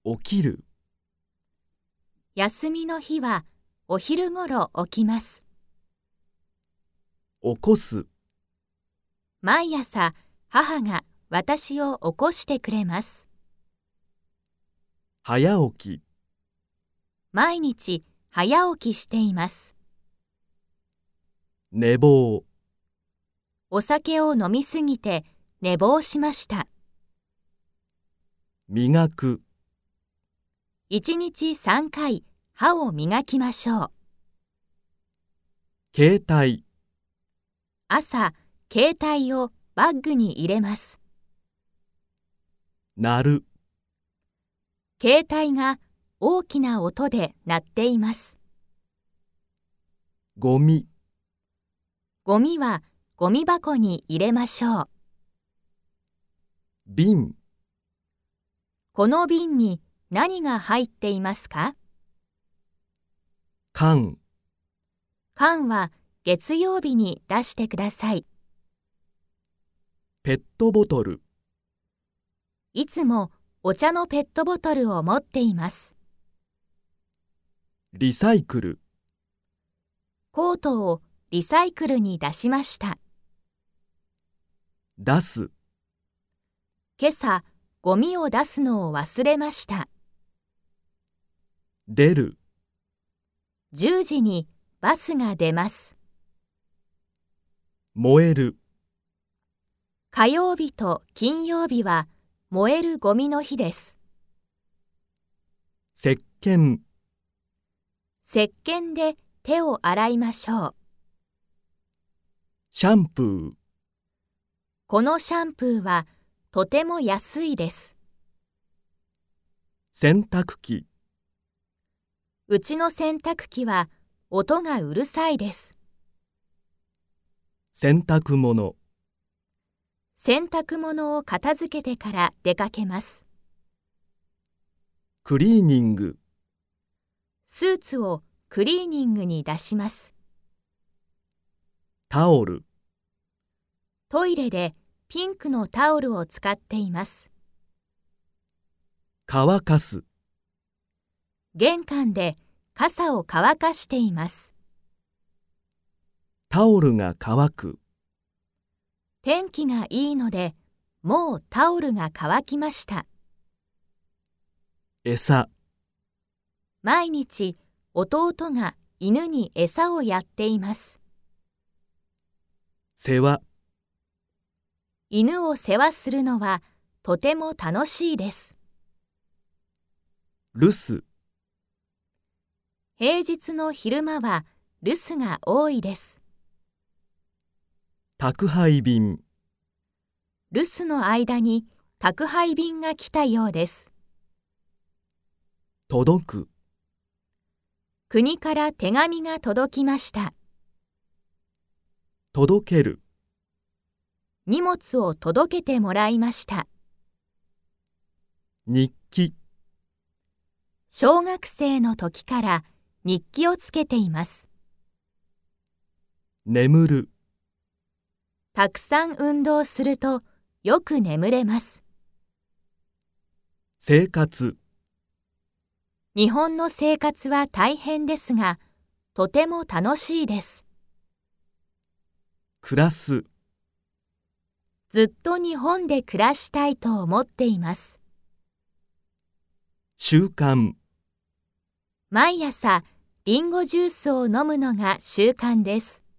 起きる。 休みの日はお昼ごろ起きます。 起こす。 毎朝母が私を起こしてくれます。 早起き。 毎日早起きしています。 寝坊。 お酒を飲みすぎて寝坊しました。 磨く。 1日3回歯を磨きましょう。 携帯。 朝、携帯をバッグに入れます。 鳴る。 携帯が大きな音で鳴っています。 ゴミ。 ゴミはゴミ箱に入れましょう。 瓶。 この瓶に何が入っていますか？ 缶。 缶は月曜日に出してください。 ペットボトル。 いつもお茶のペットボトルを持っています。 リサイクル。 コートをリサイクルに出しました。 出す。 今朝、ゴミを出すのを忘れました。 出る。 10時にバスが出ます。 燃える。 火曜日と金曜日は燃えるゴミの日です。 石鹸。 石鹸で手を洗いましょう。 シャンプー。 このシャンプーはとても安いです。 洗濯機。 うちの洗濯機は音がうるさいです。 洗濯物。 洗濯物を片付けてから出かけます。 クリーニング。 スーツをクリーニングに出します。 タオル。 トイレでピンクのタオルを使っています。 乾かす。 玄関で傘を乾かしています。 タオルが乾く。 天気がいいので、もうタオルが乾きました。 餌。 毎日、弟が犬に餌をやっています。 世話。 犬を世話するのはとても楽しいです。 留守。 平日の昼間は留守が多いです。 宅配便。 留守の間に宅配便が来たようです。 届く。 国から手紙が届きました。 届ける。 荷物を届けてもらいました。 日記。 小学生の時から日記をつけています。 眠る。 たくさん運動するとよく眠れます。 生活。 日本の生活は大変ですが、とても楽しいです。 暮らす。 ずっと日本で暮らしたいと思っています。 習慣。 毎朝、リンゴジュースを飲むのが習慣です。